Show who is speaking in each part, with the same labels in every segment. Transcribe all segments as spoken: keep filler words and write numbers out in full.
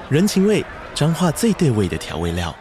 Speaker 1: 人情味，彰化最对味的调味料。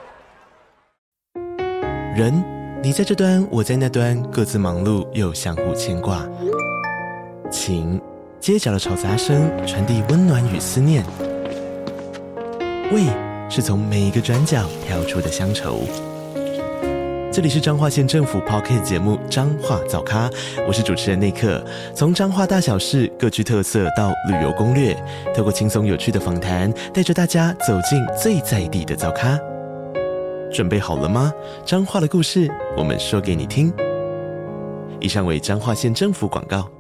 Speaker 1: 人，你在这端，我在那端，各自忙碌又相互牵挂。情，街角的吵杂声传递温暖与思念。味，是从每一个转角跳出的乡愁。这里是彰化县政府 Podcast 节目《彰化早咖》，我是主持人内克。从彰化大小事各具特色到旅游攻略，透过轻松有趣的访谈，带着大家走进最在地的早咖。准备好了吗？彰化的故事，我们说给你听。以上为彰化县政府广告。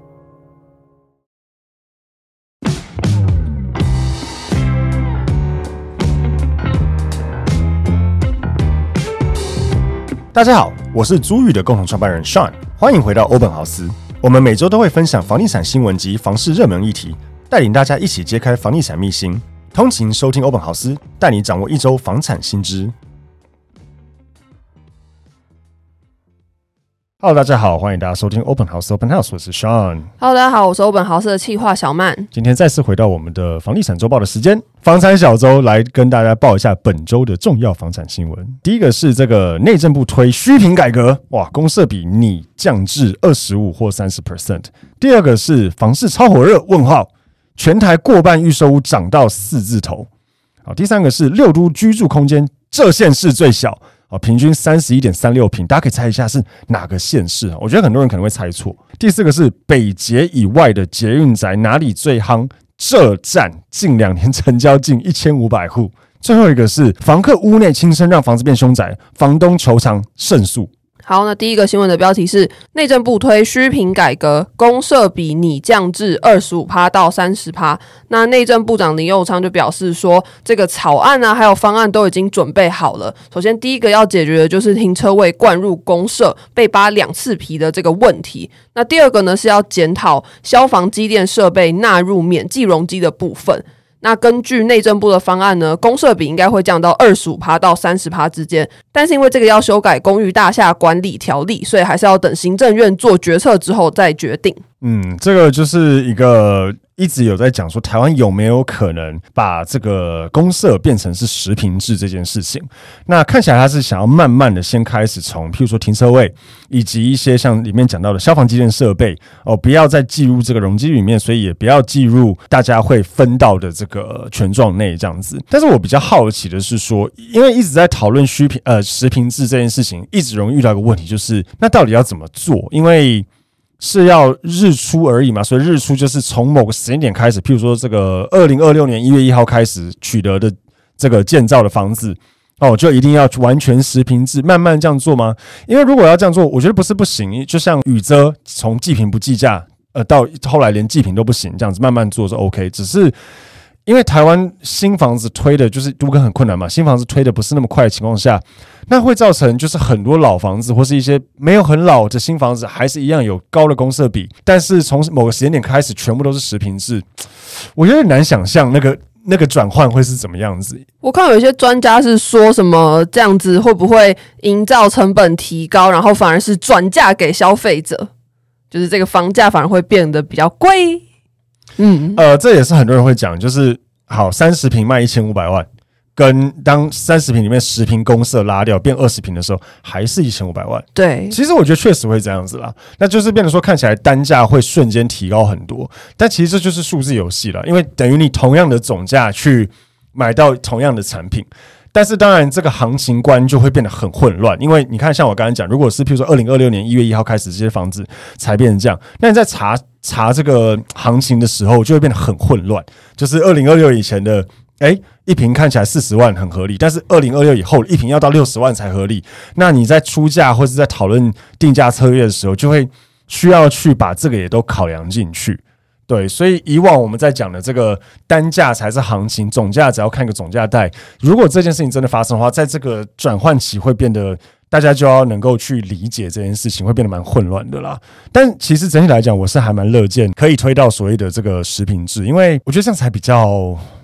Speaker 2: 大家好，我是租宇的共同创办人 Sean， 欢迎回到欧本豪斯。我们每周都会分享房地产新闻及房市热门议题，带领大家一起揭开房地产秘辛。通勤收听欧本豪斯，带你掌握一周房产新知。Hello， 大家好，欢迎大家收听 Open House Open House， 我是 Sean。Hello，
Speaker 3: 大家好，我是 Open House 的企划小曼。
Speaker 2: 今天再次回到我们的房地产周报的时间，房产小周来跟大家报一下本周的重要房产新闻。第一个是这个内政部推虚坪改革，哇，公设比拟降至二十五或 百分之三十。第二个是房市超火热，问号，全台过半预售屋涨到四字头。好，第三个是六都居住空间这县市最小。哦、平均 三十一点三六 坪，大家可以猜一下是哪个县市？我觉得很多人可能会猜错。第四个是北捷以外的捷运宅哪里最夯？这站近两年成交近一千五百户。最后一个是房客屋内轻生让房子变凶宅，房东求偿胜诉。
Speaker 3: 好，那第一个新闻的标题是内政部推虚坪改革，公设比拟降至 百分之二十五 到 百分之三十。那内政部长林右昌就表示说，这个草案啊还有方案都已经准备好了。首先第一个要解决的就是停车位灌入公设被扒两次皮的这个问题。那第二个呢是要检讨消防机电设备纳入免计容积的部分。那根据内政部的方案呢，公设比应该会降到 百分之二十五 到 百分之三十 之间，但是因为这个要修改公寓大厦管理条例，所以还是要等行政院做决策之后再决定。
Speaker 2: 嗯，这个就是一个一直有在讲说台湾有没有可能把这个公设变成是实坪制这件事情。那看起来他是想要慢慢的先开始从譬如说停车位以及一些像里面讲到的消防机电设备哦，不要再计入这个容积里面，所以也不要计入大家会分到的这个权状内这样子。但是我比较好奇的是说，因为一直在讨论虚坪呃实坪制这件事情，一直容易遇到一个问题，就是那到底要怎么做？因为是要日出而已嘛，所以日出就是从某个时间点开始，譬如说这个二零二六年一月一号开始取得的这个建造的房子哦，就一定要完全实坪制，慢慢这样做吗？因为如果要这样做，我觉得不是不行，就像宇遮从计坪不计价，呃，到后来连计坪都不行，这样子慢慢做是 OK， 只是。因为台湾新房子推的就是都更很困难嘛，新房子推的不是那么快的情况下，那会造成就是很多老房子或是一些没有很老的新房子还是一样有高的公设比，但是从某个时间点开始全部都是实坪制，我有点难想象那个那个转换会是怎么样子。
Speaker 3: 我看有一些专家是说什么这样子会不会营造成本提高，然后反而是转嫁给消费者，就是这个房价反而会变得比较贵。嗯，
Speaker 2: 呃，这也是很多人会讲，就是好三十坪卖一千五百万，跟当三十坪里面十坪公设拉掉变二十坪的时候，还是一千五百万。
Speaker 3: 对，
Speaker 2: 其实我觉得确实会这样子啦，那就是变成说看起来单价会瞬间提高很多，但其实这就是数字游戏啦，因为等于你同样的总价去买到同样的产品。但是当然这个行情观就会变得很混乱，因为你看像我刚才讲，如果是譬如说二零二六年一月一号开始这些房子才变成这样，那你在查查这个行情的时候就会变得很混乱，就是二零二六以前的诶一坪看起来四十万很合理，但是二零二六以后一坪要到六十万才合理，那你在出价或是在讨论定价策略的时候就会需要去把这个也都考量进去。对，所以以往我们在讲的这个单价才是行情，总价只要看个总价带。如果这件事情真的发生的话，在这个转换期会变得大家就要能够去理解这件事情，会变得蛮混乱的啦。但其实整体来讲，我是还蛮乐见可以推到所谓的这个实坪制，因为我觉得这样才比较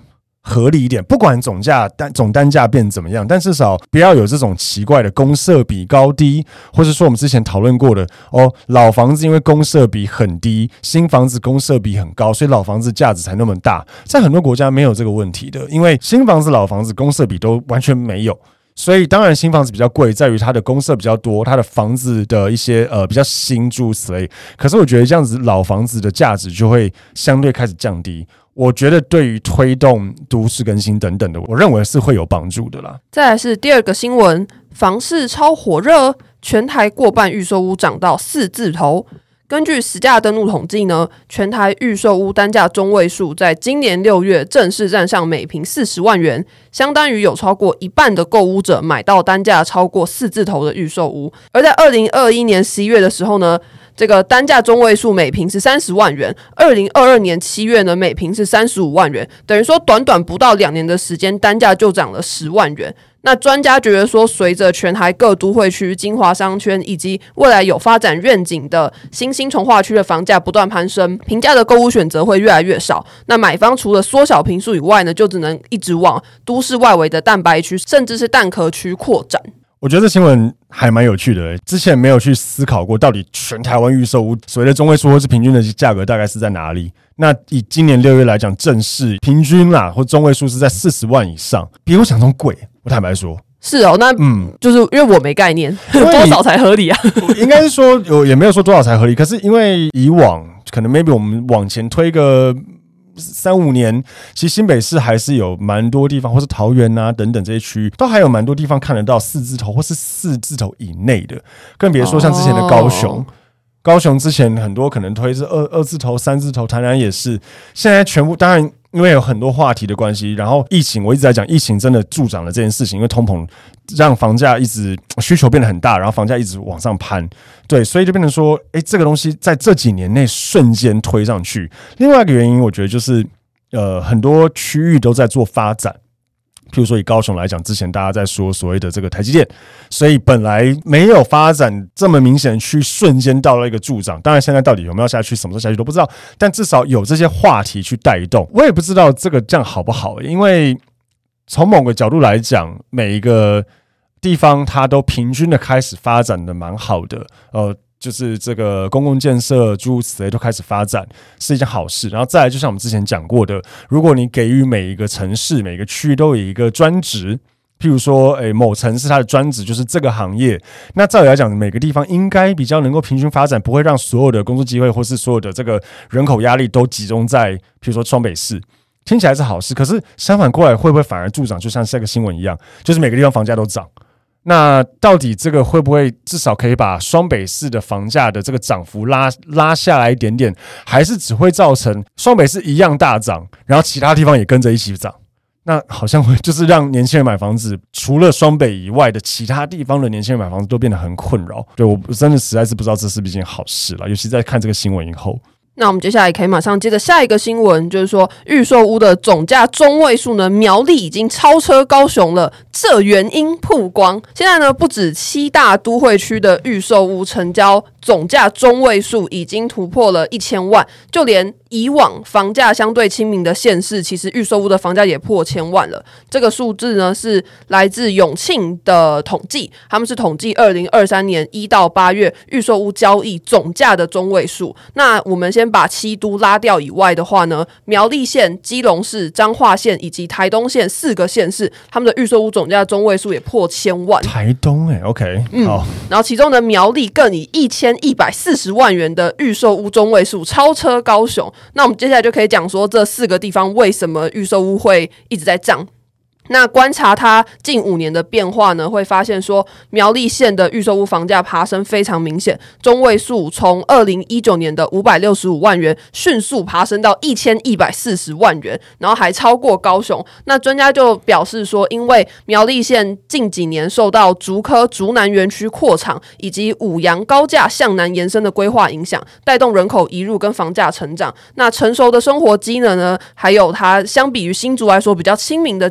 Speaker 2: 合理一点，不管总价单总单价变怎么样，但至少不要有这种奇怪的公设比高低，或是说我们之前讨论过的哦，老房子因为公设比很低，新房子公设比很高，所以老房子价值才那么大。在很多国家没有这个问题的，因为新房子、老房子公设比都完全没有。所以当然新房子比较贵，在于它的公设比较多，它的房子的一些呃比较新诸如此类。可是我觉得这样子老房子的价值就会相对开始降低。我觉得对于推动都市更新等等的，我认为是会有帮助的啦。
Speaker 3: 再来是第二个新闻，房市超火热，全台过半预售屋涨到四字头。根据实价登录统计呢，全台预售屋单价中位数在今年六月正式站上每坪四十万元，相当于有超过一半的购屋者买到单价超过四字头的预售屋。而在二零二一年十一月的时候呢，这个单价中位数每坪是三十万元，二零二二年七月呢，每坪是三十五万元，等于说短短不到两年的时间，单价就涨了十万元。那专家觉得说，随着全台各都会区、精华商圈以及未来有发展愿景的新兴重划区的房价不断攀升，平价的购物选择会越来越少。那买方除了缩小坪数以外呢，就只能一直往都市外围的蛋白区，甚至是蛋壳区扩展。
Speaker 2: 我觉得这新闻还蛮有趣的、欸，之前没有去思考过，到底全台湾预售屋所谓的中位数或是平均的价格大概是在哪里。那以今年六月来讲，正式平均啦或中位数是在四十万以上，比我想中贵。我坦白说，
Speaker 3: 是哦，那嗯，就是因为我没概念，多少才合理啊？
Speaker 2: 应该是说有也没有说多少才合理，可是因为以往可能 maybe 我们往前推个三五年，其实新北市还是有蛮多地方，或是桃园啊等等这些区域，都还有蛮多地方看得到四字头或是四字头以内的，更别说像之前的高雄。哦，高雄之前很多可能推是二二字头、三字头，台南也是。现在全部当然因为有很多话题的关系，然后疫情我一直在讲，疫情真的助长了这件事情，因为通膨让房价一直需求变得很大，然后房价一直往上攀，对，所以就变成说，哎，这个东西在这几年内瞬间推上去。另外一个原因，我觉得就是呃很多区域都在做发展。譬如说以高雄来讲，之前大家在说所谓的这个台积电，所以本来没有发展这么明显的区，瞬间到了一个助长。当然现在到底有没有下去，什么时候下去都不知道，但至少有这些话题去带动。我也不知道这个这样好不好，因为从某个角度来讲，每一个地方它都平均的开始发展的蛮好的，呃。就是这个公共建设诸如此类都开始发展，是一件好事。然后再来，就像我们之前讲过的，如果你给予每一个城市、每个区域都有一个专职，譬如说，诶，某城市它的专职就是这个行业，那照理来讲，每个地方应该比较能够平均发展，不会让所有的工作机会或是所有的这个人口压力都集中在，譬如说双北市。听起来是好事，可是相反过来会不会反而助长？就像这个新闻一样，就是每个地方房价都涨。那到底这个会不会至少可以把双北市的房价的这个涨幅拉拉下来一点点，还是只会造成双北市一样大涨，然后其他地方也跟着一起涨？那好像会就是让年轻人买房子，除了双北以外的其他地方的年轻人买房子都变得很困扰。对，我真的实在是不知道这是不是一件好事了，尤其在看这个新闻以后。
Speaker 3: 那我们接下来可以马上接着下一个新闻，就是说预售屋的总价中位数呢，苗栗已经超车高雄了，这原因曝光。现在呢，不止七大都会区的预售屋成交总价中位数已经突破了一千万，就连以往房价相对亲民的县市，其实预售屋的房价也破千万了。这个数字呢是来自永庆的统计，他们是统计二零二三年一到八月预售屋交易总价的中位数。那我们先把七都拉掉以外的话呢，苗栗县、基隆市、彰化县以及台东县四个县市，他们的预售屋总价中位数也破千万。
Speaker 2: 台东哎、欸、，OK，
Speaker 3: 嗯，
Speaker 2: 好。
Speaker 3: 然后其中的苗栗更以一千一百四十万元的预售屋中位数超车高雄。那我们接下来就可以讲说这四个地方为什么预售屋会一直在涨。那观察它近五年的变化呢，会发现说苗栗县的预售屋房价爬升非常明显，中位数从二零一九年的五百六十五万元迅速爬升到一千一百四十万元，然后还超过高雄。那专家就表示说，因为苗栗县近几年受到竹科竹南园区扩厂以及五杨高架向南延伸的规划影响，带动人口移入跟房价成长。那成熟的生活机能呢，还有它相比于新竹来说比较亲民的价格，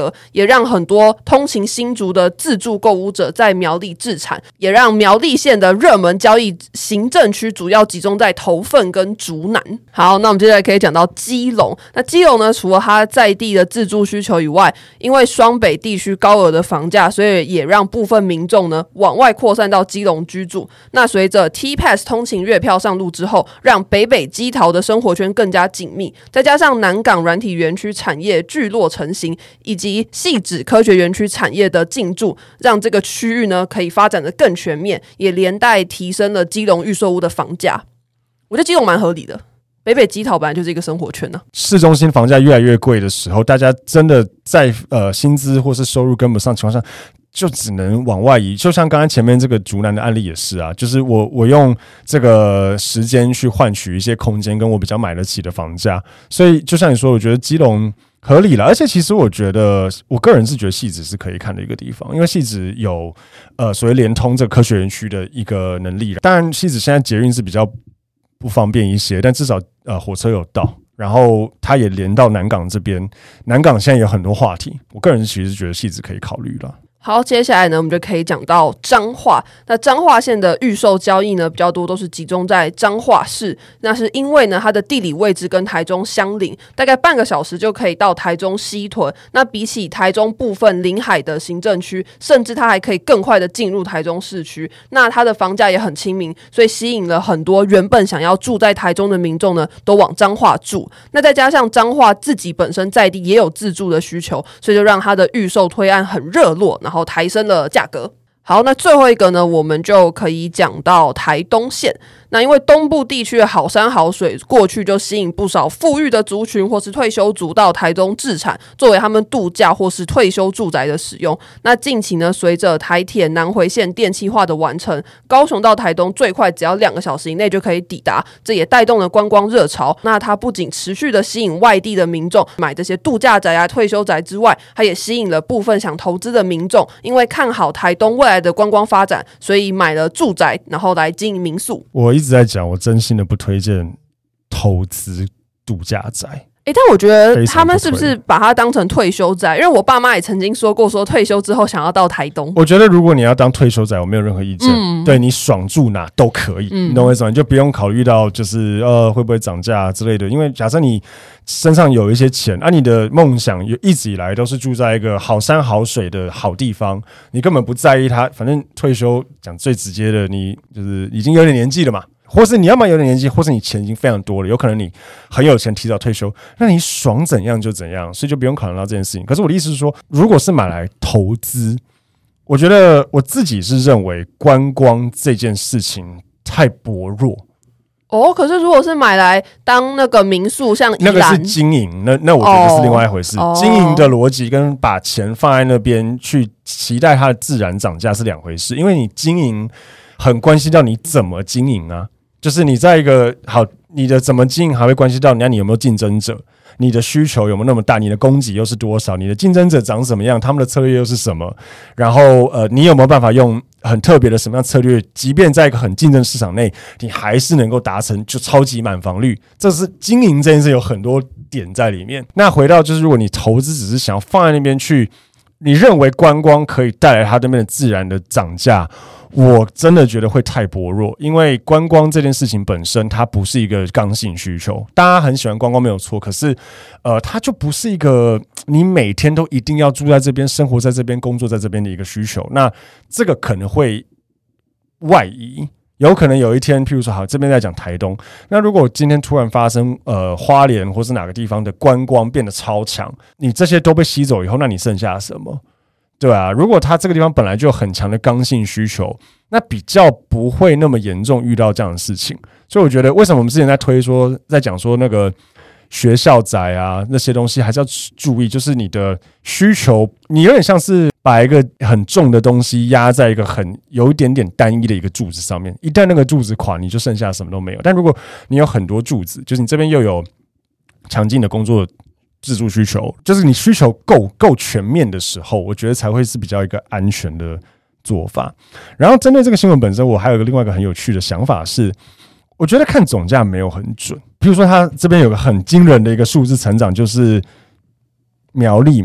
Speaker 3: 格，也让很多通勤新竹的自住购屋者在苗栗置产，也让苗栗县的热门交易行政区主要集中在头份跟竹南。好，那我们接下来可以讲到基隆。那基隆呢，除了它在地的自住需求以外，因为双北地区高额的房价，所以也让部分民众呢往外扩散到基隆居住。那随着 T-Pass 通勤月票上路之后，让北北基桃的生活圈更加紧密，再加上南港软体园区产业聚落成型，以及汐止科学园区产业的进驻，让这个区域呢可以发展得更全面，也连带提升了基隆预售屋的房价。我觉得基隆蛮合理的，北北基桃本来就是一个生活圈呢、啊。
Speaker 2: 市中心房价越来越贵的时候，大家真的在呃薪资或是收入跟不上情况下，就只能往外移。就像刚才前面这个竹南的案例也是啊，就是我我用这个时间去换取一些空间，跟我比较买得起的房价。所以就像你说，我觉得基隆合理了。而且其实我觉得，我个人是觉得汐止是可以看的一个地方，因为汐止有呃所谓连通这个科学园区的一个能力。当然，汐止现在捷运是比较不方便一些，但至少呃火车有到。然后它也连到南港这边，南港现在有很多话题，我个人其实觉得汐止可以考虑了。
Speaker 3: 好，接下来呢，我们就可以讲到彰化。那彰化县的预售交易呢，比较多都是集中在彰化市。那是因为呢，它的地理位置跟台中相邻，大概半个小时就可以到台中西屯。那比起台中部分临海的行政区，甚至它还可以更快的进入台中市区。那它的房价也很亲民，所以吸引了很多原本想要住在台中的民众呢，都往彰化住。那再加上彰化自己本身在地也有自住的需求，所以就让它的预售推案很热络。然后抬升了价格。好，那最后一个呢，我们就可以讲到台东县。那因为东部地区的好山好水，过去就吸引不少富裕的族群或是退休族到台东置产，作为他们度假或是退休住宅的使用。那近期呢，随着台铁南回线电气化的完成，高雄到台东最快只要两个小时以内就可以抵达，这也带动了观光热潮。那它不仅持续的吸引外地的民众买这些度假宅啊、退休宅之外，它也吸引了部分想投资的民众，因为看好台东未来的观光发展，所以买了住宅，然后来经营民宿。
Speaker 2: 我一直在讲，我真心的不推荐投资度假宅。
Speaker 3: 欸，但我觉得他们是不是把它当成退休宅？因为我爸妈也曾经说过，说退休之后想要到台东。
Speaker 2: 我觉得如果你要当退休宅，我没有任何意见，嗯、对你爽住哪都可以，嗯、你懂我意思吗？你就不用考虑到就是呃会不会涨价之类的，因为假设你身上有一些钱，啊，你的梦想一直以来都是住在一个好山好水的好地方，你根本不在意它，反正退休讲最直接的，你就是已经有点年纪了嘛。或是你要么有点年纪，或是你钱已经非常多了，有可能你很有钱提早退休，那你爽怎样就怎样，所以就不用考虑到这件事情。可是我的意思是说，如果是买来投资，我觉得我自己是认为观光这件事情太薄弱。
Speaker 3: 哦，可是如果是买来当那个民宿，像宜兰
Speaker 2: 那个是经营，那那我觉得是另外一回事。哦、经营的逻辑跟把钱放在那边去期待它的自然涨价是两回事，因为你经营很关系到你怎么经营啊。就是你在一个好，你的怎么经营还会关系到你看你有没有竞争者，你的需求有没有那么大，你的供给又是多少，你的竞争者长什么样，他们的策略又是什么，然后呃，你有没有办法用很特别的什么样策略，即便在一个很竞争市场内，你还是能够达成就超级满房率，这是经营这件事有很多点在里面。那回到就是如果你投资只是想要放在那边去，你认为观光可以带来它那边的自然的涨价，我真的觉得会太薄弱，因为观光这件事情本身它不是一个刚性需求，大家很喜欢观光没有错，可是呃，它就不是一个你每天都一定要住在这边、生活在这边、工作在这边的一个需求。那这个可能会外移，有可能有一天，譬如说，好，这边在讲台东，那如果今天突然发生呃花莲或是哪个地方的观光变得超强，你这些都被吸走以后，那你剩下什么？对啊，如果它这个地方本来就有很强的刚性需求，那比较不会那么严重遇到这样的事情。所以我觉得，为什么我们之前在推说，在讲说那个学校宅啊那些东西，还是要注意，就是你的需求，你有点像是把一个很重的东西压在一个很有一点点单一的一个柱子上面，一旦那个柱子垮，你就剩下什么都没有。但如果你有很多柱子，就是你这边又有强劲的工作自助需求，就是你需求够够全面的时候，我觉得才会是比较一个安全的做法。然后针对这个新闻本身，我还有一个另外一个很有趣的想法是，我觉得看总价没有很准。比如说，它这边有个很惊人的一个数字成长，就是苗栗嘛，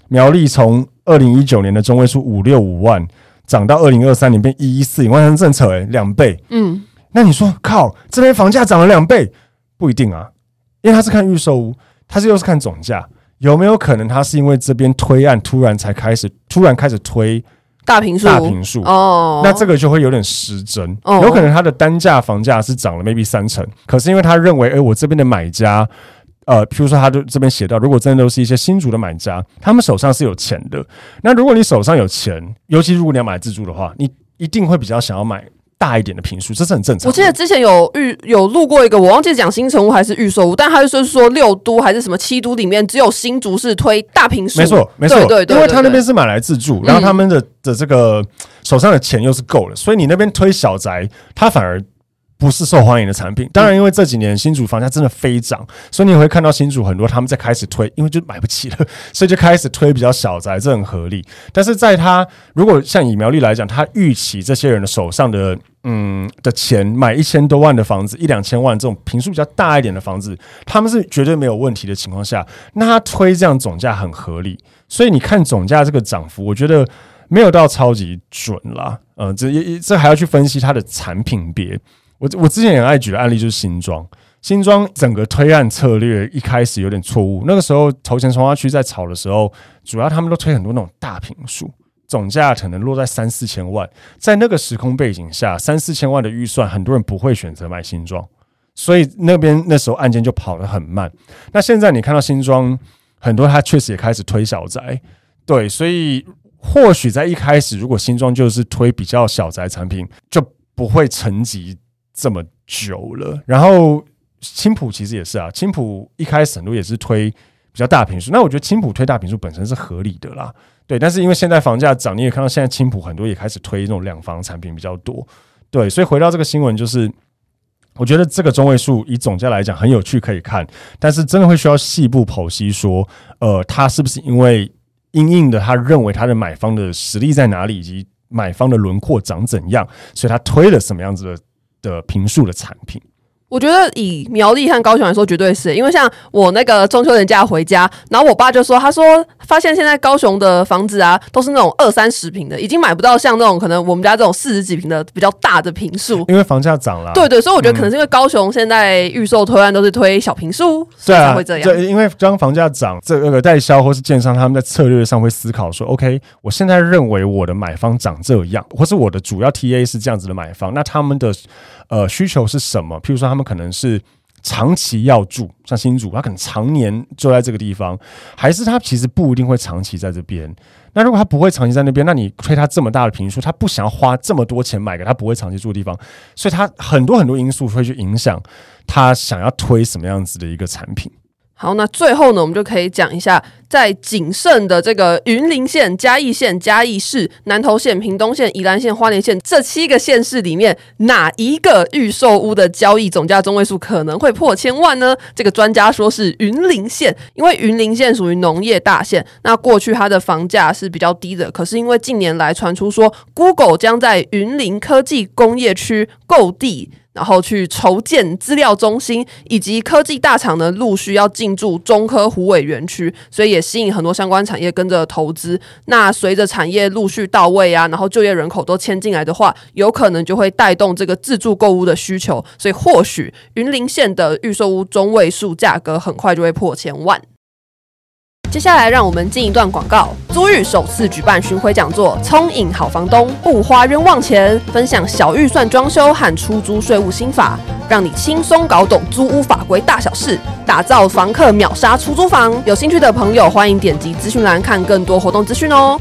Speaker 2: 苗栗从二零一九年的中位数五六五万涨到二零二三年变一一四零万，政策哎两倍。嗯，那你说靠，这边房价涨了两倍，不一定啊，因为他是看预售屋，他是又是看总价，有没有可能他是因为这边推案突然才开始，突然开始推
Speaker 3: 大坪数，
Speaker 2: 大坪数哦，那这个就会有点失真，哦、有可能他的单价房价是涨了 maybe 三成，可是因为他认为，哎、欸，我这边的买家。呃，譬如说，他就这边写到，如果真的都是一些新竹的买家，他们手上是有钱的。那如果你手上有钱，尤其如果你要买自住的话，你一定会比较想要买大一点的坪数，这是很正常的。
Speaker 3: 我记得之前有预有录过一个，我忘记讲新成屋还是预售屋，但他就是说六都还是什么七都里面，只有新竹是推大坪数。
Speaker 2: 没错，没错，
Speaker 3: 对对对对对，
Speaker 2: 因为他那边是买来自住，然后他们的、嗯、的这个手上的钱又是够了，所以你那边推小宅，他反而。不是受欢迎的产品，当然，因为这几年新竹房价真的飞涨，所以你会看到新竹很多他们在开始推，因为就买不起了，所以就开始推比较小宅，这很合理。但是在他如果像以苗栗来讲，他预期这些人的手上的嗯的钱买一千多万的房子，一两千万这种坪数比较大一点的房子，他们是绝对没有问题的情况下，那他推这样总价很合理。所以你看总价这个涨幅，我觉得没有到超级准啦，呃，这这还要去分析它的产品别。我我之前也爱举的案例就是新庄，新庄整个推案策略一开始有点错误。那个时候头前从化区在炒的时候，主要他们都推很多那种大坪数，总价可能落在三四千万。在那个时空背景下，三四千万的预算，很多人不会选择买新庄，所以那边那时候案件就跑得很慢。那现在你看到新庄很多，他确实也开始推小宅，对，所以或许在一开始，如果新庄就是推比较小宅产品，就不会沉寂这么久了。然后青埔其实也是啊，青埔一开始很多也是推比较大坪数，那我觉得青埔推大坪数本身是合理的啦，对。但是因为现在房价涨，你也看到现在青埔很多也开始推这种两房产品比较多，对。所以回到这个新闻，就是我觉得这个中位数以总价来讲很有趣可以看，但是真的会需要细部剖析说，呃，他是不是因为因应的他认为他的买方的实力在哪里，以及买方的轮廓长怎样，所以他推了什么样子的。的坪数的产品，
Speaker 3: 我觉得以苗栗和高雄来说，绝对是因为像我那个中秋连假回家，然后我爸就说，他说发现现在高雄的房子啊，都是那种二三十坪的，已经买不到像那种可能我们家这种四十几坪的比较大的坪数，
Speaker 2: 因为房价涨了。
Speaker 3: 对对，所以我觉得可能是因为高雄现在预售推案都是推小坪数，所以才会这样。
Speaker 2: 对，因为当房价涨，这个代销或是建商他们在策略上会思考说 ，OK， 我现在认为我的买方长这样，或是我的主要 T A 是这样子的买方，那他们的呃需求是什么？譬如说他们可能是长期要住，像新竹，他可能常年就在这个地方，还是他其实不一定会长期在这边。那如果他不会长期在那边，那你推他这么大的坪数，他不想要花这么多钱买个他不会长期住的地方，所以他很多很多因素会去影响他想要推什么样子的一个产品。
Speaker 3: 好，那最后呢，我们就可以讲一下，在仅剩的这个云林县、嘉义县、嘉义市、南投县、屏东县、宜兰县、花莲县这七个县市里面，哪一个预售屋的交易总价中位数可能会破千万呢？这个专家说是云林县，因为云林县属于农业大县，那过去它的房价是比较低的，可是因为近年来传出说 Google 将在云林科技工业区购地，然后去筹建资料中心，以及科技大厂呢陆续要进驻中科虎尾园区，所以也吸引很多相关产业跟着投资。那随着产业陆续到位啊，然后就业人口都迁进来的话，有可能就会带动这个自住购屋的需求，所以或许云林县的预售屋中位数价格很快就会破千万。接下来让我们进一段广告。租寓首次举办巡回讲座，聪颖好房东，不花冤枉钱，分享小预算装修和出租税务心法，让你轻松搞懂租屋法规大小事，打造房客秒杀出租房。有兴趣的朋友欢迎点击资讯栏看更多活动资讯哦。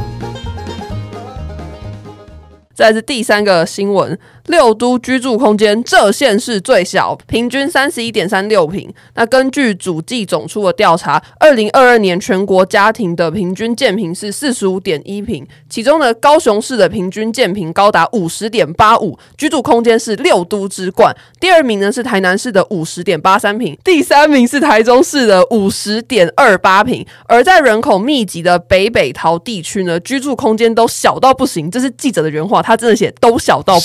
Speaker 3: 再来是第三个新闻，六都居住空间这县市最小，平均 三十一点三六坪。那根据主计总处的调查，二零二二年全国家庭的平均建坪是 四十五点一坪，其中呢高雄市的平均建坪高达 五十点八五，居住空间是六都之冠。第二名呢是台南市的 五十点八三坪，第三名是台中市的 五十点二八坪。而在人口密集的北北桃地区呢，居住空间都小到不行，这是记者的原话，他真的写都小到不行，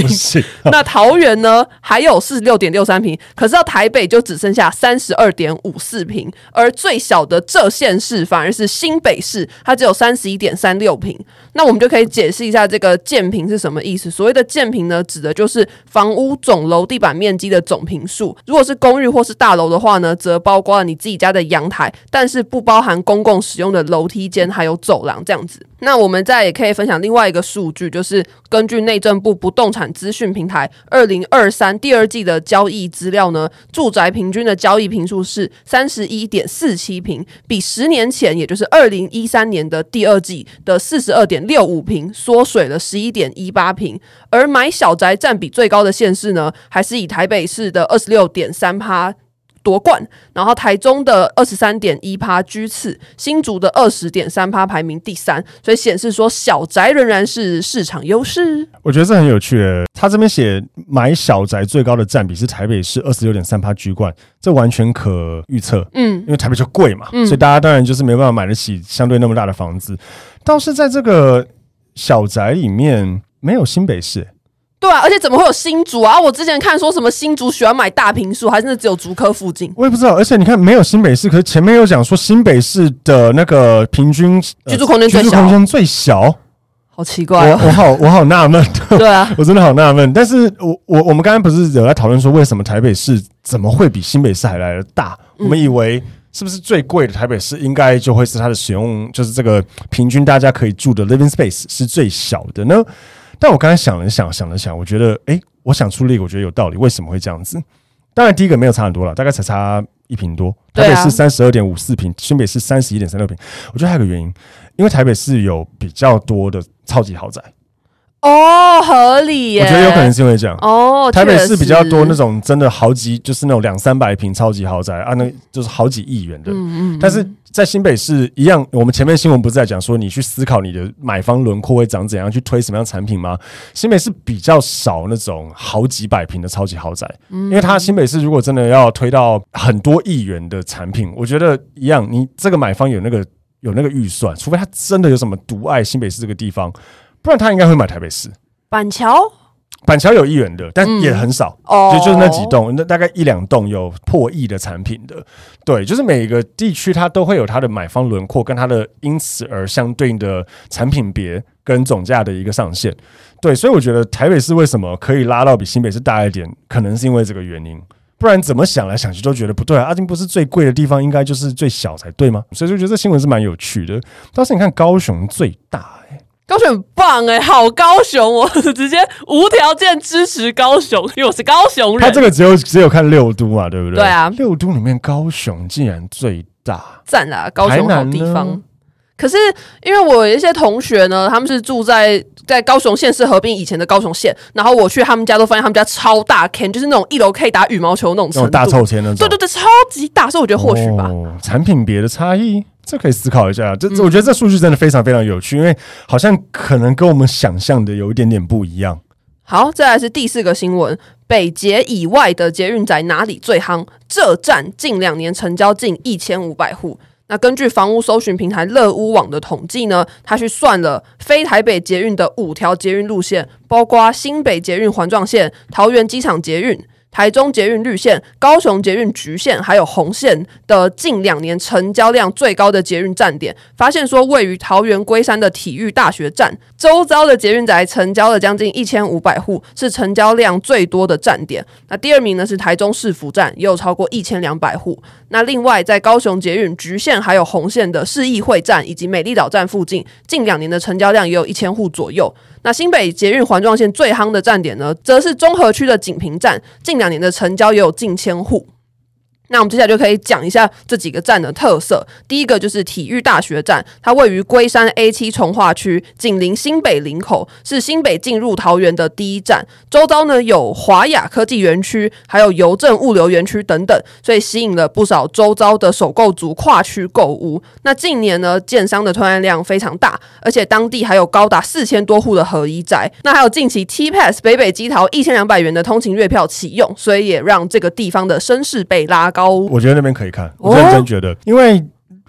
Speaker 3: 平。
Speaker 2: 行
Speaker 3: 那桃园呢还有四十六点六三平，可是到台北就只剩下三十二点五四平，而最小的这县市反而是新北市，它只有三十一点三六平。那我们就可以解释一下这个建平是什么意思。所谓的建平呢，指的就是房屋总楼地板面积的总平数。如果是公寓或是大楼的话呢，则包括了你自己家的阳台，但是不包含公共使用的楼梯间还有走廊这样子。那我们再也可以分享另外一个数据，就是根据内政部不动产资讯平台二零二三第二季的交易资料呢，住宅平均的交易坪数是 三十一点四七坪，比十年前也就是二零一三年的第二季的 四十二点六五坪缩水了 十一点一八坪。而买小宅占比最高的县市呢，还是以台北市的 二十六点三趴夺冠，然后台中的 二十三点一趴居次，新竹的 二十点三趴排名第三，所以显示说小宅仍然是市场优势。
Speaker 2: 我觉得这很有趣耶，他这边写买小宅最高的占比是台北市 二十六点三趴居冠，这完全可预测，嗯，因为台北就贵嘛，嗯，所以大家当然就是没办法买得起相对那么大的房子。倒是在这个小宅里面没有新北市。
Speaker 3: 对啊，而且怎么会有新竹啊？我之前看说什么新竹喜欢买大坪数，还真的只有竹科附近。
Speaker 2: 我也不知道，而且你看没有新北市，可是前面又讲说新北市的那个平均、呃、
Speaker 3: 居住空间最小，
Speaker 2: 居住空间最小，
Speaker 3: 好奇怪哦！
Speaker 2: 我我好我好纳闷，
Speaker 3: 对啊，
Speaker 2: 我真的好纳闷。但是我我我们刚才不是有在讨论说，为什么台北市怎么会比新北市还来的大？嗯、我们以为是不是最贵的台北市应该就会是它的使用，就是这个平均大家可以住的 living space 是最小的呢？但我刚才想了想，想了想，我觉得，哎、欸，我想出了一个我觉得有道理，为什么会这样子？当然，第一个没有差很多了，大概才差一坪多。台北市三十二点五四坪，新北市三十一点三六坪。我觉得还有个原因，因为台北市有比较多的超级豪宅。
Speaker 3: 哦，合理耶！
Speaker 2: 我觉得有可能是因为这样。
Speaker 3: 哦，
Speaker 2: 台北市比较多那种真的好几，就是那种两三百坪超级豪宅啊，那就是好几亿元的。嗯嗯嗯，但是在新北市一样，我们前面新闻不是在讲说，你去思考你的买方轮廓会长怎样，去推什么样的产品吗？新北市比较少那种好几百坪的超级豪宅，嗯、因为它新北市如果真的要推到很多亿元的产品，我觉得一样，你这个买方有那个有那个预算，除非他真的有什么独爱新北市这个地方。不然他应该会买台北市。
Speaker 3: 板桥，
Speaker 2: 板桥有亿元的，但也很少，嗯、就就是那几栋，那大概一两栋有破亿的产品的。对，就是每个地区它都会有它的买方轮廓，跟它的因此而相对应的产品别跟总价的一个上限。对，所以我觉得台北市为什么可以拉到比新北市大一点，可能是因为这个原因。不然怎么想来想去都觉得不对啊！阿金不是最贵的地方，应该就是最小才对吗？所以就觉得这新闻是蛮有趣的。但是你看高雄最大、欸。
Speaker 3: 高雄很棒哎、欸，好高雄，我直接无条件支持高雄，因为我是高雄人。
Speaker 2: 他这个只有只有看六都嘛，对不对？
Speaker 3: 对啊，
Speaker 2: 六都里面高雄竟然最大，
Speaker 3: 赞啦！高雄好地方。可是因为我有一些同学呢，他们是住在在高雄县市合并以前的高雄县，然后我去他们家都发现他们家超大 can， 就是那种一楼可以打羽毛球那种程度，
Speaker 2: 那种大臭天那种。
Speaker 3: 对对对，超级大，所以我觉得或许吧。
Speaker 2: 哦，产品别的差异。这可以思考一下，这我觉得这数据真的非常非常有趣，因为好像可能跟我们想象的有一点点不一样。
Speaker 3: 好，再来是第四个新闻，北捷以外的捷运宅哪里最夯？这站近两年成交近一千五百户。那根据房屋搜寻平台乐屋网的统计呢，他去算了非台北捷运的五条捷运路线，包括新北捷运环状线、桃园机场捷运、台中捷运绿线、高雄捷运橘线还有红线的近两年成交量最高的捷运站点，发现说位于桃园龟山的体育大学站周遭的捷运宅成交了将近一千五百户，是成交量最多的站点。那第二名呢是台中市府站，也有超过一千两百户。那另外在高雄捷运橘线还有红线的市议会站以及美丽岛站附近，近两年的成交量也有一千户左右。那新北捷运环状线最夯的站点呢，则是中和区的锦屏站，近两年的成交也有近千户。那我们接下来就可以讲一下这几个站的特色。第一个就是体育大学站，它位于龟山 A 七 重划区，紧邻新北林口，是新北进入桃园的第一站。周遭呢有华雅科技园区，还有邮政物流园区等等，所以吸引了不少周遭的首购族跨区购屋。那近年呢，建商的推案量非常大，而且当地还有高达四千多户的合一宅。那还有近期 T-Pass 北北基桃一千两百元的通勤月票启用，所以也让这个地方的声势被拉高。
Speaker 2: 我觉得那边可以看，我认真觉得，哦、因为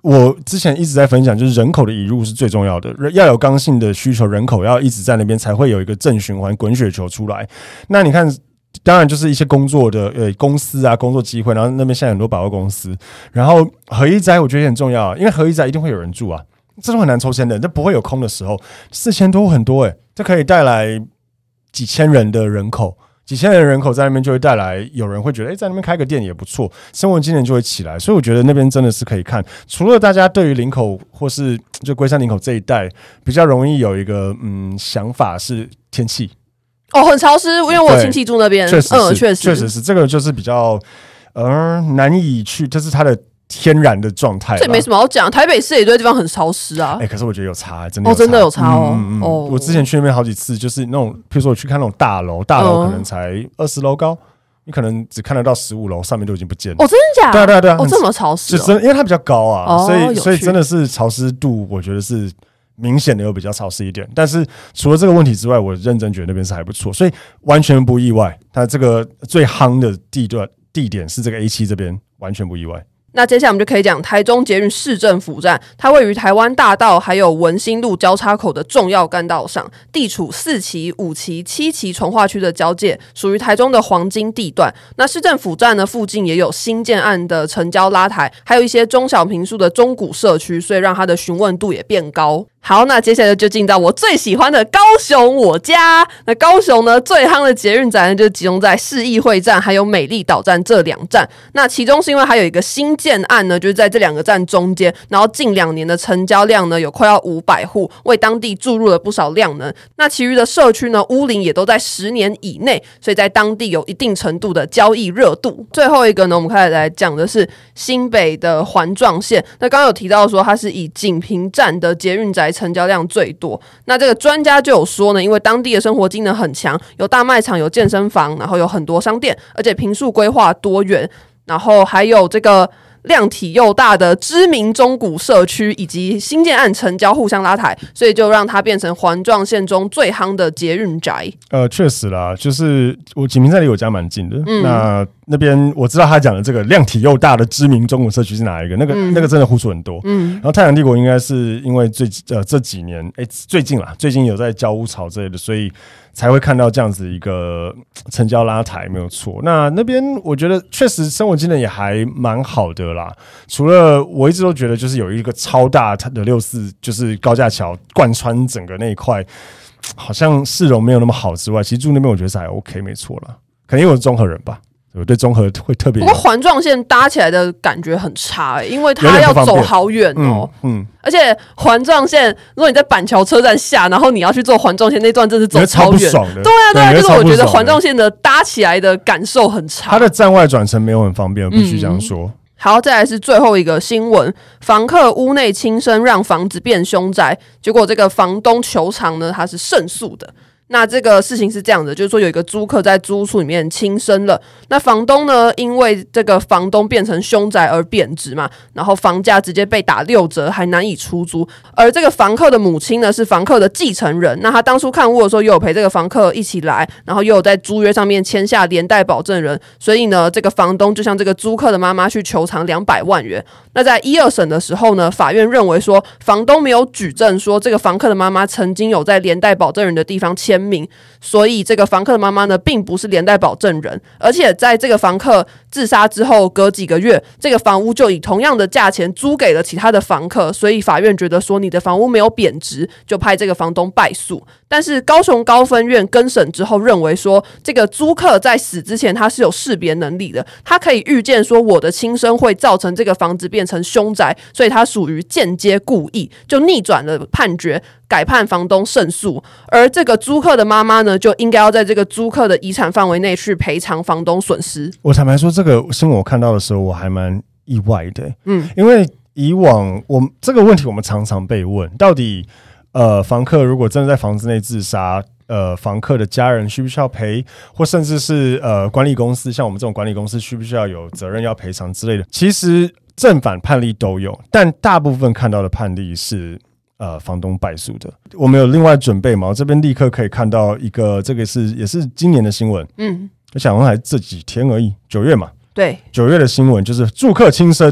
Speaker 2: 我之前一直在分享，就是人口的移入是最重要的，要有刚性的需求，人口要一直在那边，才会有一个正循环滚雪球出来。那你看。当然就是一些工作的呃公司啊，工作机会，然后那边现在很多百货公司，然后合一宅我觉得也很重要、啊，因为合一宅一定会有人住啊，这种很难抽签的，这不会有空的时候，四千多很多哎、欸，这可以带来几千人的人口，几千人的人口在那边就会带来有人会觉得哎、欸，在那边开个店也不错，生活机能就会起来，所以我觉得那边真的是可以看。除了大家对于林口或是就龟山林口这一带比较容易有一个嗯想法是天气。
Speaker 3: 哦，很潮湿，因为我亲戚住那边，
Speaker 2: 确实
Speaker 3: 嗯，确实，
Speaker 2: 确实是这个，就是比较呃难以去，这是它的天然的状态。
Speaker 3: 这没什么好讲，台北市也有堆地方很潮湿啊。
Speaker 2: 哎、欸，可是我觉得有差，真的有差
Speaker 3: 哦，真的有差哦。
Speaker 2: 嗯嗯
Speaker 3: 哦，
Speaker 2: 我之前去那边好几次，就是那种，譬如说我去看那种大楼，大楼可能才二十楼高。你可能只看得到十五楼，上面都已经不见了。
Speaker 3: 哦，真的假的？
Speaker 2: 对啊，对啊，对啊。
Speaker 3: 哦，这么潮湿、哦，
Speaker 2: 就真的，因为它比较高啊，
Speaker 3: 哦、
Speaker 2: 所以所以真的是潮湿度，我觉得是明显的有比较潮湿一点。但是除了这个问题之外，我认真觉得那边是还不错，所以完全不意外。它这个最夯的地段地点是这个 A 七 这边，完全不意外。
Speaker 3: 那接下来我们就可以讲台中捷运市政府站，它位于台湾大道还有文心路交叉口的重要干道上，地处四期、五期、七期重划区的交界，属于台中的黄金地段。那市政府站呢附近也有新建案的成交拉抬，还有一些中小坪数的中古社区，所以让它的询问度也变高。好，那接下来就进到我最喜欢的高雄我家。那高雄呢最夯的捷运站呢就集中在市议会站还有美丽岛站这两站。那其中是因为还有一个新建案呢，就是在这两个站中间，然后近两年的成交量呢有快要五百户，为当地注入了不少量能。那其余的社区呢屋龄也都在十年以内，所以在当地有一定程度的交易热度。最后一个呢，我们开始来讲的是新北的环状线。那刚刚有提到说它是以锦屏站的捷运宅成交量最多。那这个专家就有说呢，因为当地的生活机能很强，有大卖场，有健身房，然后有很多商店，而且坪数规划多元，然后还有这个量体又大的知名中古社区以及新建案成交互相拉抬，所以就让它变成环状线中最夯的捷运宅。
Speaker 2: 呃，确实啦，就是我锦屏站离我家蛮近的，
Speaker 3: 嗯、
Speaker 2: 那那边我知道他讲的这个量体又大的知名中古社区是哪一个，那个、嗯、那个真的户数很多。嗯，然后太阳帝国应该是因为最呃这几年，哎、欸，最近啦，最近有在交屋潮之类的，所以才会看到这样子一个成交拉抬，没有错。那那边我觉得确实生活机能也还蛮好的啦，除了我一直都觉得就是有一个超大的六四，就是高架桥贯穿整个那一块，好像市容没有那么好之外，其实住那边我觉得是还 OK， 没错啦。可能因为我是中和人吧。我对中和会特别，
Speaker 3: 不过环状线搭起来的感觉很差、欸，因为它要走好远哦、喔。嗯，而且环状线，如果你在板桥车站下，然后你要去做环状线那段，真是走超远，
Speaker 2: 爽的。
Speaker 3: 对啊，对啊，就是我觉得环状线的搭起来的感受很差。
Speaker 2: 它的站外转乘没有很方便，我必须这样说。嗯，
Speaker 3: 好，再来是最后一个新闻，房客屋内轻生让房子变凶宅，结果这个房东求偿呢，他是胜诉的。那这个事情是这样的，就是说有一个租客在租处里面轻生了，那房东呢因为这个房东变成凶宅而贬值嘛，然后房价直接被打六折，还难以出租。而这个房客的母亲呢是房客的继承人，那他当初看屋的时候又有陪这个房客一起来，然后又有在租约上面签下连带保证人，所以呢这个房东就向这个租客的妈妈去求偿两百万元。那在一二审的时候呢，法院认为说房东没有举证说这个房客的妈妈曾经有在连带保证人的地方签名，所以这个房客的妈妈呢并不是连带保证人，而且在这个房客自杀之后隔几个月，这个房屋就以同样的价钱租给了其他的房客，所以法院觉得说你的房屋没有贬值，就派这个房东败诉。但是高雄高分院更审之后认为说，这个租客在死之前他是有识别能力的，他可以预见说我的轻生会造成这个房子变成凶宅，所以他属于间接故意，就逆转了判决，改判房东胜诉。而这个租客的妈妈呢，就应该要在这个租客的遗产范围内去赔偿房东损失。
Speaker 2: 我坦白说，这个新闻我看到的时候，我还蛮意外的，嗯，因为以往我们这个问题我们常常被问，到底呃房客如果真的在房子内自杀，呃，房客的家人需不需要赔，或甚至是呃管理公司，像我们这种管理公司需不需要有责任要赔偿之类的，其实正反判例都有，但大部分看到的判例是呃房东败诉的。我们有另外准备嘛，我这边立刻可以看到一个，这个是也是今年的新闻，嗯，我想还这几天而已，九月嘛，
Speaker 3: 对，
Speaker 2: 九月的新闻就是住客轻生，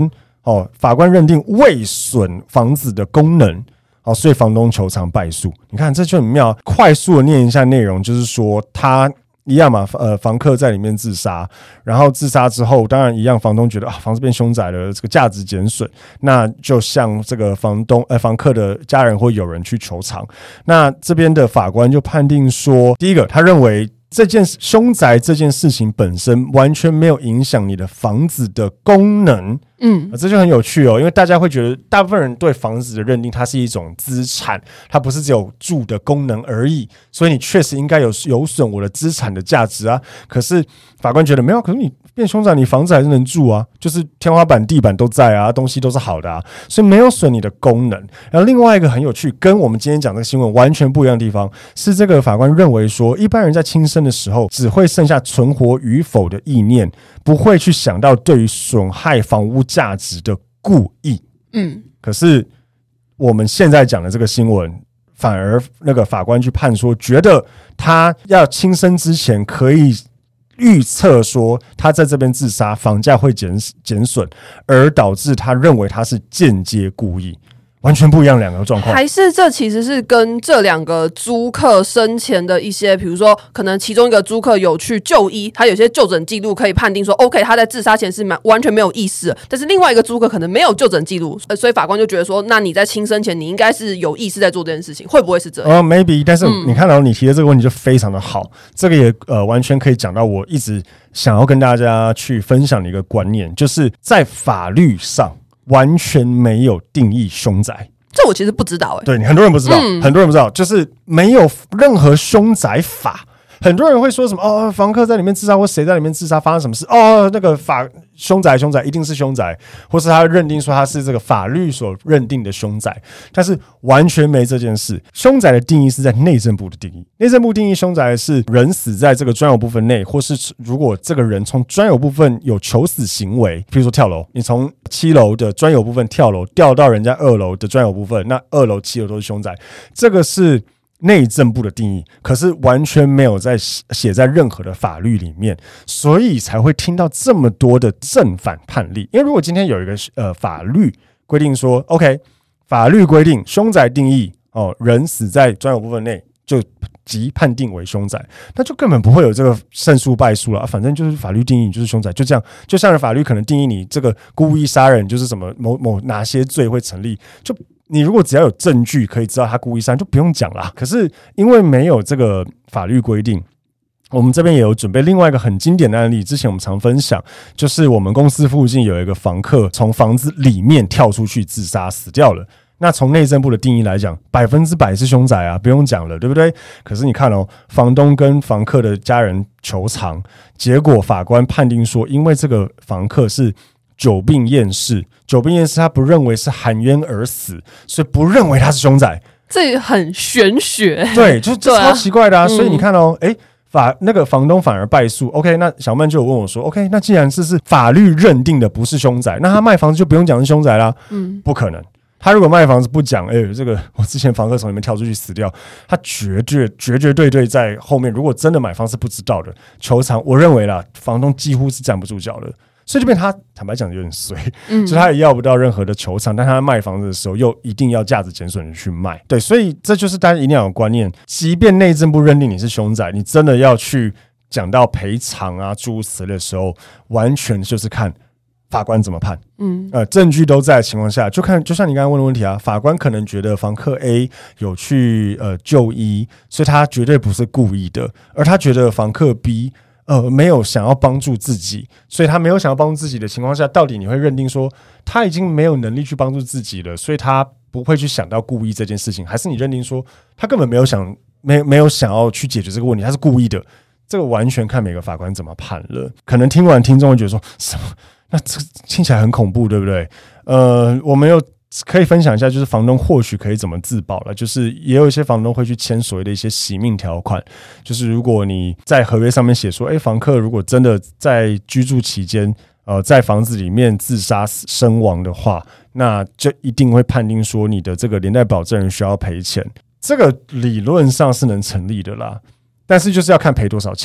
Speaker 2: 哦，法官认定未损房子的功能。哦，所以房东求偿败诉。你看这就很妙，快速的念一下内容，就是说他一样嘛，呃，房客在里面自杀，然后自杀之后，当然一样，房东觉得啊，房子变凶宅了，这个价值减损，那就向这个房东呃房客的家人或友人去求偿。那这边的法官就判定说，第一个，他认为这件凶宅这件事情本身完全没有影响你的房子的功能。嗯，这就很有趣哦，因为大家会觉得，大部分人对房子的认定，它是一种资产，它不是只有住的功能而已，所以你确实应该有有损我的资产的价值啊。可是法官觉得没有，可是你变凶宅，你房子还是能住啊，就是天花板、地板都在啊，东西都是好的啊，所以没有损你的功能。然后另外一个很有趣，跟我们今天讲这个新闻完全不一样的地方，是这个法官认为说，一般人在轻生的时候，只会剩下存活与否的意念，不会去想到对于损害房屋价值的故意。嗯，可是我们现在讲的这个新闻，反而那个法官去判说，觉得他要轻生之前可以预测说他在这边自杀，房价会减减损，而导致他认为他是间接故意。完全不一样两个状况，
Speaker 3: 还是这其实是跟这两个租客生前的一些，比如说可能其中一个租客有去就医，他有些就诊记录可以判定说 OK 他在自杀前是完全没有意识的，但是另外一个租客可能没有就诊记录，所以法官就觉得说，那你在轻生前你应该是有意识在做这件事情，会不会是这样？
Speaker 2: 呃、uh, maybe， 但是你看到你提的这个问题就非常的好，这个也呃完全可以讲到我一直想要跟大家去分享的一个观念，就是在法律上完全没有定义凶宅。
Speaker 3: 这我其实不知道哎、欸，
Speaker 2: 对，很多人不知道、嗯，很多人不知道，就是没有任何凶宅法。很多人会说什么哦，房客在里面自杀，或谁在里面自杀，发生什么事？哦，那个法凶宅，凶宅一定是凶宅，或是他认定说他是这个法律所认定的凶宅，但是完全没这件事。凶宅的定义是在内政部的定义，内政部定义凶宅是人死在这个专有部分内，或是如果这个人从专有部分有求死行为，比如说跳楼，你从七楼的专有部分跳楼，掉到人家二楼的专有部分，那二楼、七楼都是凶宅，这个是内政部的定义，可是完全没有在写在任何的法律里面，所以才会听到这么多的正反判例。因为如果今天有一个呃法律规定说 ，OK， 法律规定凶宅定义哦，人死在专有部分内就即判定为凶宅，那就根本不会有这个胜诉败诉了、啊。反正就是法律定义就是凶宅，就这样。就像法律可能定义你这个故意杀人就是什么某某哪些罪会成立，就。你如果只要有证据可以知道他故意杀人，就不用讲啦。可是因为没有这个法律规定，我们这边也有准备另外一个很经典的案例，之前我们常分享，就是我们公司附近有一个房客从房子里面跳出去自杀死掉了。那从内政部的定义来讲，百分之百是凶宅啊，不用讲了，对不对？可是你看哦，房东跟房客的家人求偿，结果法官判定说，因为这个房客是久病厌世，久病厌世，他不认为是含冤而死，所以不认为他是凶宅。
Speaker 3: 这很玄学，
Speaker 2: 对，就这超奇怪的啊！所以你看哦，哎、欸，法那个房东反而败诉。OK， 那小曼就有问我说 ，OK， 那既然这是法律认定的不是凶宅，那他卖房子就不用讲是凶宅啦。嗯，不可能。他如果卖房子不讲，哎、欸，这个我之前房客从里面跳出去死掉，他绝对绝绝对对在后面，如果真的买方是不知道的，求偿，我认为啦，房东几乎是站不住脚的。所以这边他坦白讲有点衰，嗯，所以他也要不到任何的求偿，但他卖房子的时候又一定要价值减损的去卖，对，所以这就是大家一定要有观念，即便内政部认定你是凶宅，你真的要去讲到赔偿啊诸如此类的时候，完全就是看法官怎么判，嗯，呃，证据都在的情况下，就看就像你刚刚问的问题啊，法官可能觉得房客 A 有去呃就医，所以他绝对不是故意的，而他觉得房客 B。呃，没有想要帮助自己，所以他没有想要帮助自己的情况下，到底你会认定说他已经没有能力去帮助自己了，所以他不会去想到故意这件事情，还是你认定说他根本没有想没没有想要去解决这个问题，他是故意的？这个完全看每个法官怎么判了。可能听完听众会觉得说什么？那这听起来很恐怖，对不对？呃，我们有。可以分享一下，就是房东或许可以怎么自保了。就是也有一些房东会去签所谓的一些洗命条款，就是如果你在合约上面写说，哎，房客如果真的在居住期间，呃，在房子里面自杀身亡的话，那就一定会判定说你的这个连带保证人需要赔钱。这个理论上是能成立的啦，但是就是要看赔多少钱。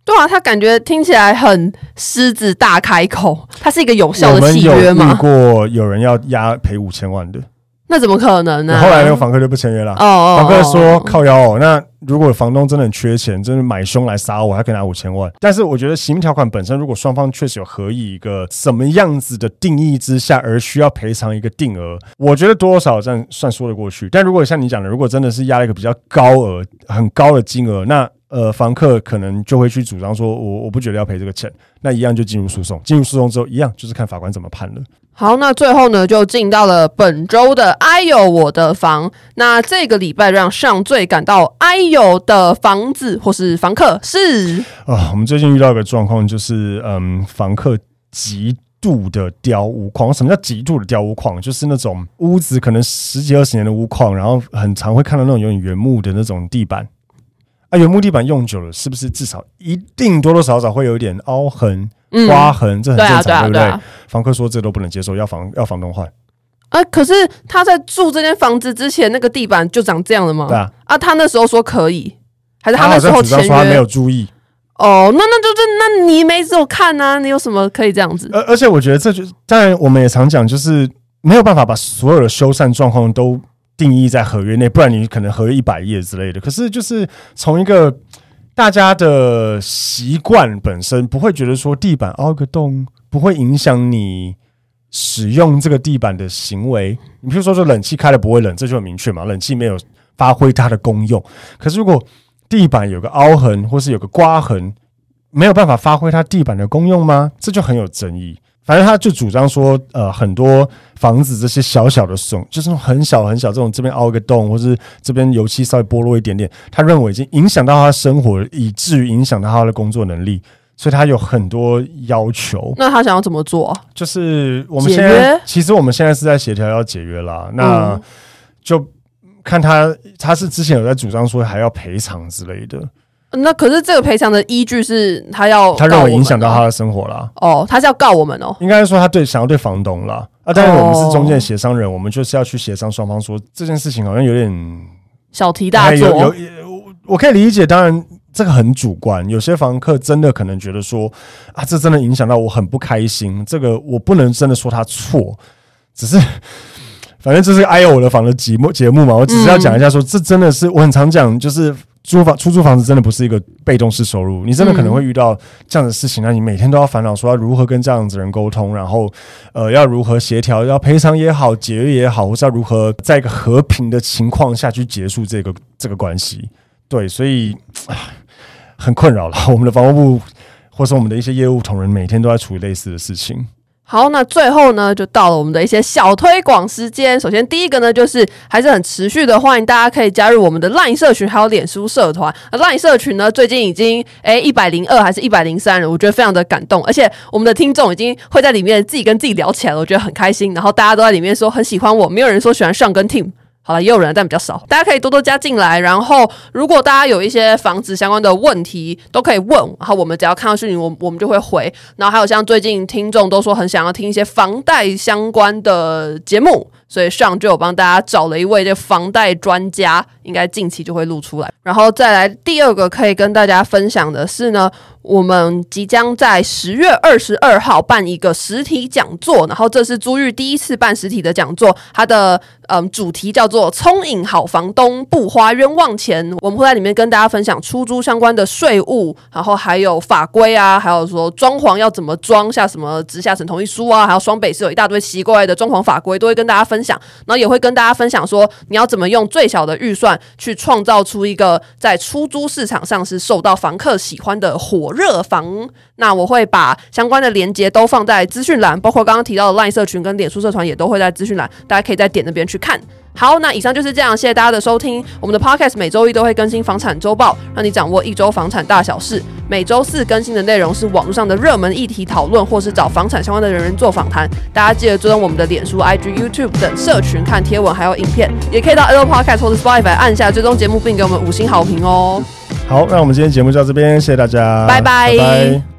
Speaker 3: 对啊，他感觉听起来很狮子大开口，它是一个有效的契约吗？
Speaker 2: 我们有遇过有人要压赔五千万的，
Speaker 3: 那怎么可能呢？
Speaker 2: 后来那个房客就不签约了。
Speaker 3: 哦哦，
Speaker 2: 房客说靠腰哦，那如果房东真的很缺钱，真的买凶来杀我，还可以拿五千万。但是我觉得刑条款本身，如果双方确实有合意一个什么样子的定义之下，而需要赔偿一个定额，我觉得多多少少这样算说得过去。但如果像你讲的，如果真的是压了一个比较高额、很高的金额，那呃，房客可能就会去主张说，我我不觉得要赔这个钱，那一样就进入诉讼。进入诉讼之后，一样就是看法官怎么判了。
Speaker 3: 好，那最后呢，就进到了本周的哎呦我的房。那这个礼拜让上最感到哎呦的房子或是房客是
Speaker 2: 啊，我们最近遇到一个状况，就是嗯，房客极度的雕屋况。什么叫极度的雕屋况？就是那种屋子可能十几二十年的屋况，然后很常会看到那种有点原木的那种地板。啊，原木地板用久了，是不是至少一定多多少少会有一点凹痕、嗯、刮痕？这很正常，对, 啊对, 啊对不对？对啊、房客说这都不能接受，要房要房东换。
Speaker 3: 啊，可是他在住这间房子之前，那个地板就长这样了吗？
Speaker 2: 对啊。
Speaker 3: 啊，他那时候说可以，还是他那时候签约？
Speaker 2: 他没有注意。
Speaker 3: 哦，那那就是那你没有看啊？你有什么可以这样子？
Speaker 2: 而而且我觉得这就当然我们也常讲，就是没有办法把所有的修缮状况都定义在合约内，不然你可能合约一百页之类的。可是就是从一个大家的习惯本身，不会觉得说地板凹个洞不会影响你使用这个地板的行为。你比如说说冷气开了不会冷，这就很明确嘛，冷气没有发挥它的功用。可是如果地板有个凹痕或是有个刮痕，没有办法发挥它地板的功用吗？这就很有争议。反正他就主张说，呃，很多房子这些小小的损，就是很小很小这种，这边凹一个洞，或是这边油漆稍微剥落一点点，他认为已经影响到他的生活，以至于影响到他的工作能力，所以他有很多要求。
Speaker 3: 那他想要怎么做？
Speaker 2: 就是我们现在，其实我们现在是在协调要解约啦，那就看他，他是之前有在主张说还要赔偿之类的。
Speaker 3: 那可是这个赔偿的依据是他要告我们、哦、
Speaker 2: 他认为影响到他的生活啦。
Speaker 3: 哦，他是要告我们哦。
Speaker 2: 应该说他对想要对房东啦。啊，当然我们是中间协商人、哦，我们就是要去协商双方说这件事情好像有点
Speaker 3: 小题大做。
Speaker 2: 有有我可以理解，当然这个很主观，有些房客真的可能觉得说啊，这真的影响到我很不开心，这个我不能真的说他错，只是。反正这是哎呦我的房的节目节目嘛，我只是要讲一下说，这真的是我很常讲，就是租房出租房子真的不是一个被动式收入，你真的可能会遇到这样的事情，那你每天都要烦恼说要如何跟这样子的人沟通，然后呃要如何协调，要赔偿也好，解约也好，或是要如何在一个和平的情况下去结束这个这个关系。对，所以很困扰了。我们的房屋部或是我们的一些业务同仁每天都在处理类似的事情。
Speaker 3: 好，那最后呢，就到了我们的一些小推广时间。首先，第一个呢，就是还是很持续的，欢迎大家可以加入我们的 LINE 社群，还有脸书社团。LINE 社群呢，最近已经诶一百零二还是一百零三人，我觉得非常的感动，而且我们的听众已经会在里面自己跟自己聊起来了，我觉得很开心。然后大家都在里面说很喜欢我，没有人说喜欢上跟 Tim。好了，也有人，但比较少。大家可以多多加进来。然后，如果大家有一些房子相关的问题，都可以问。然后我们只要看到讯息，我我们就会回。然后还有像最近听众都说很想要听一些房贷相关的节目，所以上就有帮大家找了一位这房贷专家，应该近期就会录出来。然后再来第二个可以跟大家分享的是呢，我们即将在十月二十二号办一个实体讲座，然后这是租寓第一次办实体的讲座，它的嗯主题叫做聪颖好房东不花冤枉钱。我们会在里面跟大家分享出租相关的税务，然后还有法规啊，还有说装潢要怎么装下什么直下层同意书啊，还有双北市有一大堆奇怪的装潢法规，都会跟大家分享。然后也会跟大家分享说，你要怎么用最小的预算去创造出一个在出租市场上是受到房客喜欢的火热房。那我会把相关的连结都放在资讯栏，包括刚刚提到的 LINE 社群跟脸书社团也都会在资讯栏，大家可以再点那边去看。好，那以上就是这样，谢谢大家的收听。我们的 Podcast 每周一都会更新房产周报，让你掌握一周房产大小事。每周四更新的内容是网络上的热门议题讨论，或是找房产相关的人员做访谈。大家记得追踪我们的脸书、I G、YouTube 等社群，看贴文还有影片，也可以到 Apple Podcast 或是 Spotify 按下追踪节目，并给我们五星好评哦。
Speaker 2: 好，那我们今天节目就到这边，谢谢大家，
Speaker 3: 拜拜。
Speaker 2: 拜拜。